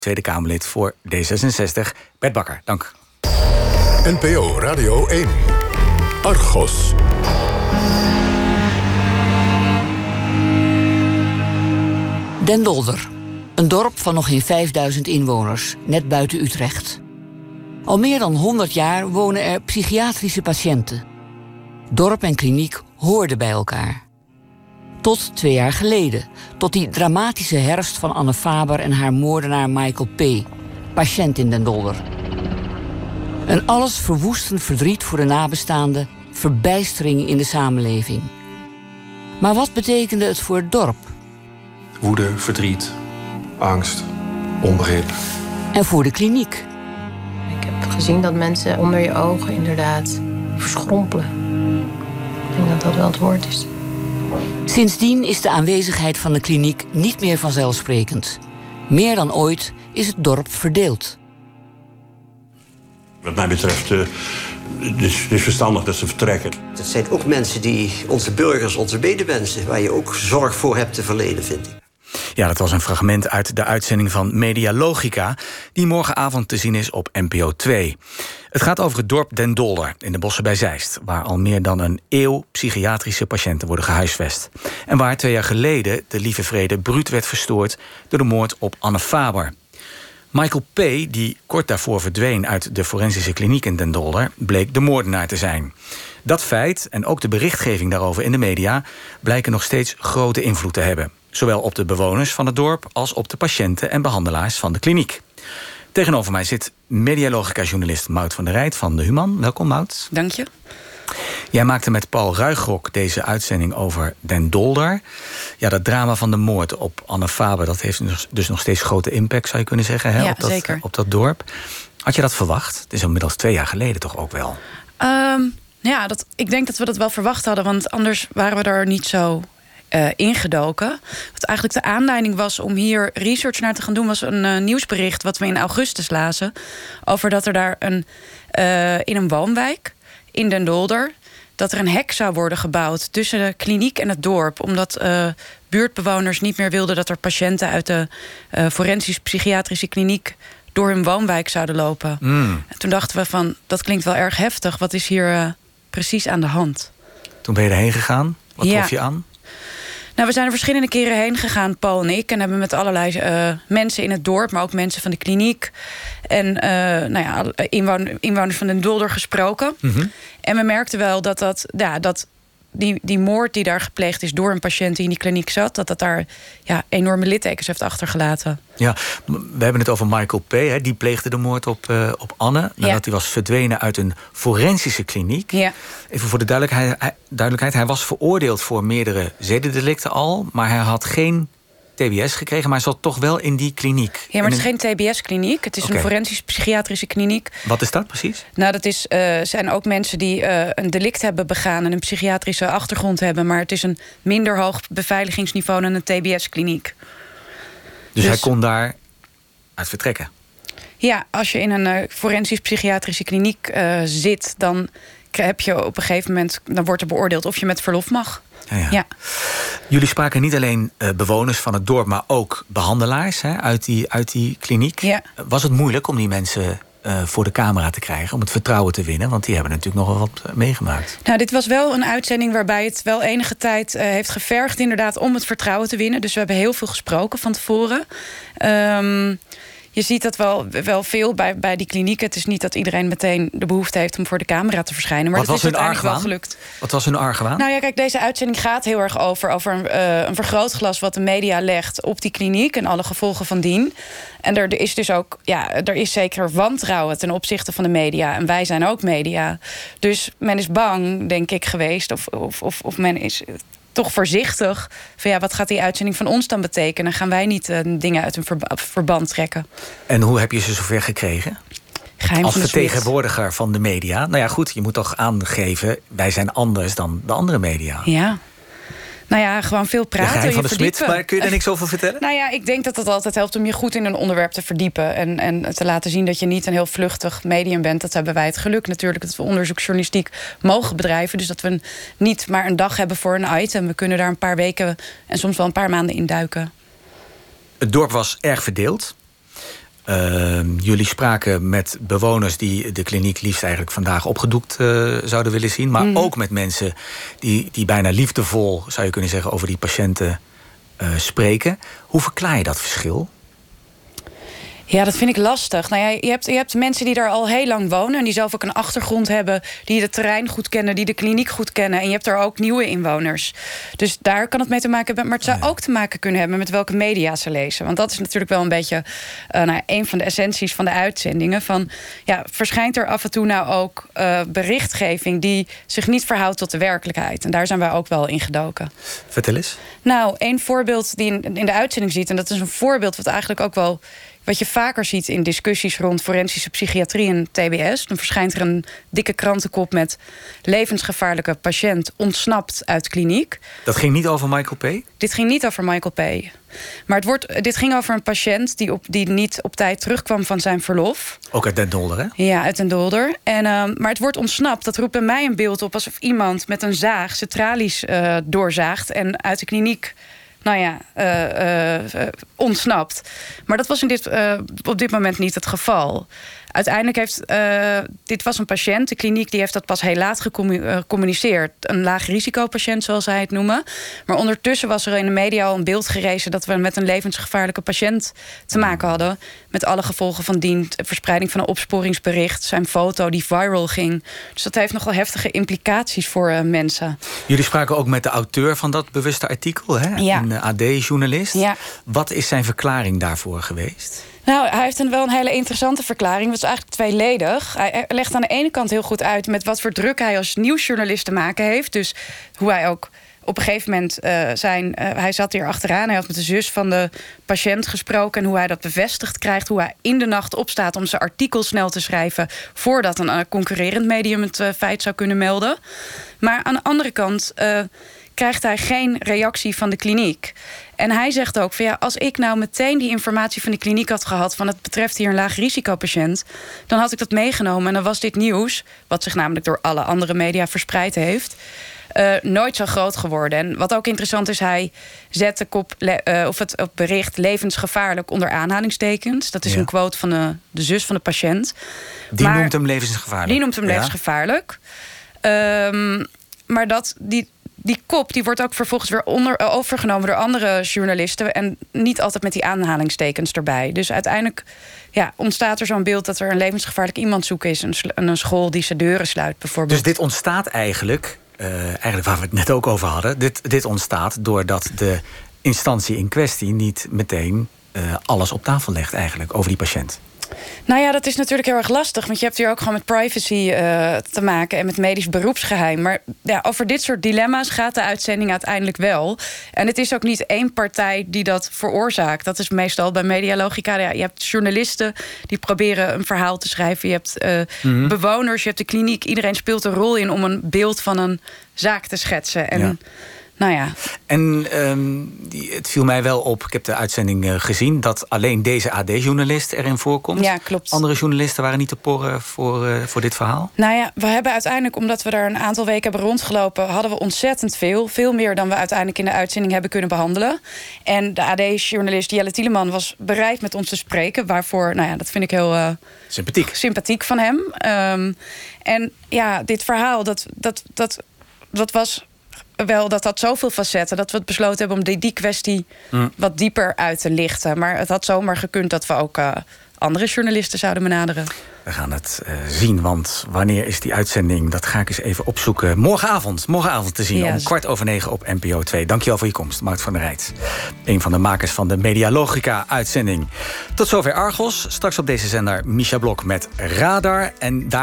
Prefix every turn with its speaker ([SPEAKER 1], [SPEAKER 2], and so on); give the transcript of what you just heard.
[SPEAKER 1] Tweede Kamerlid voor D66. Bert Bakker, dank.
[SPEAKER 2] NPO Radio 1. Argos.
[SPEAKER 3] Den Dolder. Een dorp van nog geen 5000 inwoners, net buiten Utrecht. Al meer dan 100 jaar wonen er psychiatrische patiënten. Dorp en kliniek hoorden bij elkaar. Tot 2 jaar geleden. Tot die dramatische herfst van Anne Faber en haar moordenaar Michael P., patiënt in Den Dolder. Een alles verwoestend verdriet voor de nabestaanden, verbijstering in de samenleving. Maar wat betekende het voor het dorp?
[SPEAKER 4] Woede, verdriet, angst, onbegrip.
[SPEAKER 3] En voor de kliniek?
[SPEAKER 5] Ik heb gezien dat mensen onder je ogen inderdaad verschrompelen. Ik denk dat dat wel het woord is.
[SPEAKER 3] Sindsdien is de aanwezigheid van de kliniek niet meer vanzelfsprekend. Meer dan ooit is het dorp verdeeld.
[SPEAKER 6] Wat mij betreft, het is verstandig dat ze vertrekken.
[SPEAKER 7] Het zijn ook mensen die onze burgers, onze medemensen, waar je ook zorg voor hebt te verlenen, vind ik.
[SPEAKER 1] Ja, dat was een fragment uit de uitzending van Media Logica, die morgenavond te zien is op NPO 2. Het gaat over het dorp Den Dolder in de bossen bij Zeist, waar al meer dan een eeuw psychiatrische patiënten worden gehuisvest. En waar 2 jaar geleden de lieve vrede bruut werd verstoord door de moord op Anne Faber. Michael P., die kort daarvoor verdween uit de forensische kliniek in Den Dolder, bleek de moordenaar te zijn. Dat feit en ook de berichtgeving daarover in de media blijken nog steeds grote invloed te hebben. Zowel op de bewoners van het dorp als op de patiënten en behandelaars van de kliniek. Tegenover mij zit medialogica-journalist Maud van der Rijt van de Human. Welkom, Maud.
[SPEAKER 8] Dank je.
[SPEAKER 1] Jij maakte met Paul Ruigrok deze uitzending over Den Dolder. Ja, dat drama van de moord op Anne Faber, dat heeft dus nog steeds grote impact, zou je kunnen zeggen, hè,
[SPEAKER 8] ja, zeker.
[SPEAKER 1] Op dat dorp. Had je dat verwacht? Het is inmiddels 2 jaar geleden toch ook wel?
[SPEAKER 8] Ja, ik denk dat we dat wel verwacht hadden, want anders waren we er niet zo ingedoken. Wat eigenlijk de aanleiding was om hier research naar te gaan doen, was een nieuwsbericht wat we in augustus lazen over dat er daar in een woonwijk in Den Dolder, dat er een hek zou worden gebouwd tussen de kliniek en het dorp, omdat buurtbewoners niet meer wilden dat er patiënten uit de forensisch-psychiatrische kliniek door hun woonwijk zouden lopen. En toen dachten we van, dat klinkt wel erg heftig. Wat is hier precies aan de hand?
[SPEAKER 1] Toen ben je erheen gegaan. Wat trof je aan?
[SPEAKER 8] Nou, we zijn er verschillende keren heen gegaan, Paul en ik, en hebben met allerlei mensen in het dorp, maar ook mensen van de kliniek en inwoners van Den Dolder gesproken. Mm-hmm. En we merkten wel dat die moord die daar gepleegd is door een patiënt die in die kliniek zat, dat daar enorme littekens heeft achtergelaten. Ja,
[SPEAKER 1] we hebben het over Michael P. Hè, die pleegde de moord op Anne nadat hij was verdwenen uit een forensische kliniek. Ja. Even voor de duidelijkheid, hij was veroordeeld voor meerdere zedendelicten al, maar hij had geen TBS gekregen, maar hij zat toch wel in die kliniek. Ja, maar het is geen TBS-kliniek. Het is een forensisch-psychiatrische kliniek. Wat is dat precies? Nou, dat zijn ook mensen die een delict hebben begaan en een psychiatrische achtergrond hebben, maar het is een minder hoog beveiligingsniveau dan een TBS-kliniek. Dus hij kon daar uit vertrekken? Ja, als je in een forensisch-psychiatrische kliniek zit, dan heb je op een gegeven moment, dan wordt er beoordeeld of je met verlof mag. Ja. Jullie spraken niet alleen bewoners van het dorp, maar ook behandelaars uit die kliniek. Ja. Was het moeilijk om die mensen voor de camera te krijgen, om het vertrouwen te winnen? Want die hebben natuurlijk nog wel wat meegemaakt. Nou, dit was wel een uitzending waarbij het wel enige tijd heeft gevergd inderdaad om het vertrouwen te winnen. Dus we hebben heel veel gesproken van tevoren. Je ziet dat wel veel bij die klinieken. Het is niet dat iedereen meteen de behoefte heeft om voor de camera te verschijnen. Maar dat is uiteindelijk wel gelukt. Wat was hun argwaan? Nou ja, kijk, deze uitzending gaat heel erg over een vergrootglas wat de media legt op die kliniek en alle gevolgen van dien. En er is dus ook, er is zeker wantrouwen ten opzichte van de media. En wij zijn ook media. Dus men is bang, denk ik, geweest. Of men is toch voorzichtig van wat gaat die uitzending van ons dan betekenen? Gaan wij niet dingen uit een verband trekken? En hoe heb je ze zover gekregen? Als vertegenwoordiger van de media. Nou ja, goed, je moet toch aangeven, wij zijn anders dan de andere media. Ja. Nou ja, gewoon veel praten. Geheim van de Smit, maar kun je er niks over vertellen? Nou ja, ik denk dat het altijd helpt om je goed in een onderwerp te verdiepen. En te laten zien dat je niet een heel vluchtig medium bent. Dat hebben wij het geluk natuurlijk, dat we onderzoeksjournalistiek mogen bedrijven. Dus dat we niet maar een dag hebben voor een item. We kunnen daar een paar weken en soms wel een paar maanden in duiken. Het dorp was erg verdeeld. Jullie spraken met bewoners die de kliniek liefst eigenlijk vandaag opgedoekt zouden willen zien. Maar ook met mensen die bijna liefdevol, zou je kunnen zeggen, over die patiënten spreken. Hoe verklaar je dat verschil?
[SPEAKER 8] Ja, dat vind ik lastig. Nou ja, je hebt mensen die daar al heel lang wonen en die zelf ook een achtergrond hebben, die het terrein goed kennen, die de kliniek goed kennen. En je hebt er ook nieuwe inwoners. Dus daar kan het mee te maken hebben. Maar het zou ook te maken kunnen hebben met welke media ze lezen. Want dat is natuurlijk wel een beetje een van de essenties van de uitzendingen. Verschijnt er af en toe nou ook berichtgeving die zich niet verhoudt tot de werkelijkheid? En daar zijn wij ook wel in gedoken.
[SPEAKER 1] Vertel eens.
[SPEAKER 8] Nou, één voorbeeld die in de uitzending ziet, en dat is een voorbeeld wat eigenlijk ook wel wat je vaker ziet in discussies rond forensische psychiatrie en TBS. Dan verschijnt er een dikke krantenkop met levensgevaarlijke patiënt ontsnapt uit kliniek.
[SPEAKER 1] Dat ging niet over Michael P.? Dit
[SPEAKER 8] ging niet over Michael P. Maar dit ging over een patiënt die niet op tijd terugkwam van zijn verlof.
[SPEAKER 1] Ook uit Den Dolder, hè?
[SPEAKER 8] Ja, uit Den Dolder. Maar het wordt ontsnapt. Dat roept bij mij een beeld op alsof iemand met een zaag zijn tralies doorzaagt en uit de kliniek ontsnapt. Maar dat was op dit moment niet het geval. Uiteindelijk dit was een patiënt. De kliniek die heeft dat pas heel laat gecommuniceerd. Een laag risicopatiënt, zoals zij het noemen. Maar ondertussen was er in de media al een beeld gerezen dat we met een levensgevaarlijke patiënt te maken hadden. Met alle gevolgen van dien. Verspreiding van een opsporingsbericht. Zijn foto die viral ging. Dus dat heeft nogal heftige implicaties voor mensen.
[SPEAKER 1] Jullie spraken ook met de auteur van dat bewuste artikel, hè?
[SPEAKER 8] Ja.
[SPEAKER 1] Een AD-journalist.
[SPEAKER 8] Ja.
[SPEAKER 1] Wat is zijn verklaring daarvoor geweest?
[SPEAKER 8] Nou, hij heeft wel een hele interessante verklaring. Dat is eigenlijk tweeledig. Hij legt aan de ene kant heel goed uit met wat voor druk hij als nieuwsjournalist te maken heeft. Dus hoe hij ook op een gegeven moment hij zat hier achteraan. Hij had met de zus van de patiënt gesproken en hoe hij dat bevestigd krijgt. Hoe hij in de nacht opstaat om zijn artikel snel te schrijven voordat een concurrerend medium het feit zou kunnen melden. Maar aan de andere kant krijgt hij geen reactie van de kliniek. En hij zegt ook van als ik nou meteen die informatie van de kliniek had gehad van het betreft hier een laag risicopatiënt, dan had ik dat meegenomen en dan was dit nieuws, wat zich namelijk door alle andere media verspreid heeft, nooit zo groot geworden. En wat ook interessant is, hij zet de kop het bericht levensgevaarlijk onder aanhalingstekens. Dat is een quote van de zus van de patiënt.
[SPEAKER 1] Die noemt hem levensgevaarlijk.
[SPEAKER 8] Maar die kop die wordt ook vervolgens weer overgenomen door andere journalisten en niet altijd met die aanhalingstekens erbij. Dus uiteindelijk ontstaat er zo'n beeld dat er een levensgevaarlijk iemand zoeken is. Een school die zijn deuren sluit bijvoorbeeld.
[SPEAKER 1] Dus dit ontstaat eigenlijk waar we het net ook over hadden. Dit ontstaat doordat de instantie in kwestie niet meteen alles op tafel legt eigenlijk over die patiënt.
[SPEAKER 8] Nou ja, dat is natuurlijk heel erg lastig. Want je hebt hier ook gewoon met privacy te maken en met medisch beroepsgeheim. Maar over dit soort dilemma's gaat de uitzending uiteindelijk wel. En het is ook niet één partij die dat veroorzaakt. Dat is meestal bij Medialogica. Je hebt journalisten die proberen een verhaal te schrijven. Je hebt bewoners, je hebt de kliniek. Iedereen speelt een rol in om een beeld van een zaak te schetsen. En
[SPEAKER 1] En het viel mij wel op, ik heb de uitzending gezien, dat alleen deze AD-journalist erin voorkomt.
[SPEAKER 8] Ja, klopt.
[SPEAKER 1] Andere journalisten waren niet te porren voor dit verhaal?
[SPEAKER 8] Nou ja, we hebben uiteindelijk, omdat we daar een aantal weken hebben rondgelopen, hadden we ontzettend veel meer dan we uiteindelijk in de uitzending hebben kunnen behandelen. En de AD-journalist Jelle Tieleman was bereid met ons te spreken, waarvoor, dat vind ik heel sympathiek van hem. En dit verhaal, dat was wel, dat had zoveel facetten dat we het besloten hebben om die kwestie wat dieper uit te lichten. Maar het had zomaar gekund dat we ook andere journalisten zouden benaderen.
[SPEAKER 1] We gaan het zien, want wanneer is die uitzending? Dat ga ik eens even opzoeken. Morgenavond te zien om 9:15 op NPO 2. Dankjewel voor je komst, Maart van der Rijt. Een van de makers van de Medialogica-uitzending. Tot zover Argos. Straks op deze zender Misha Blok met Radar. En daar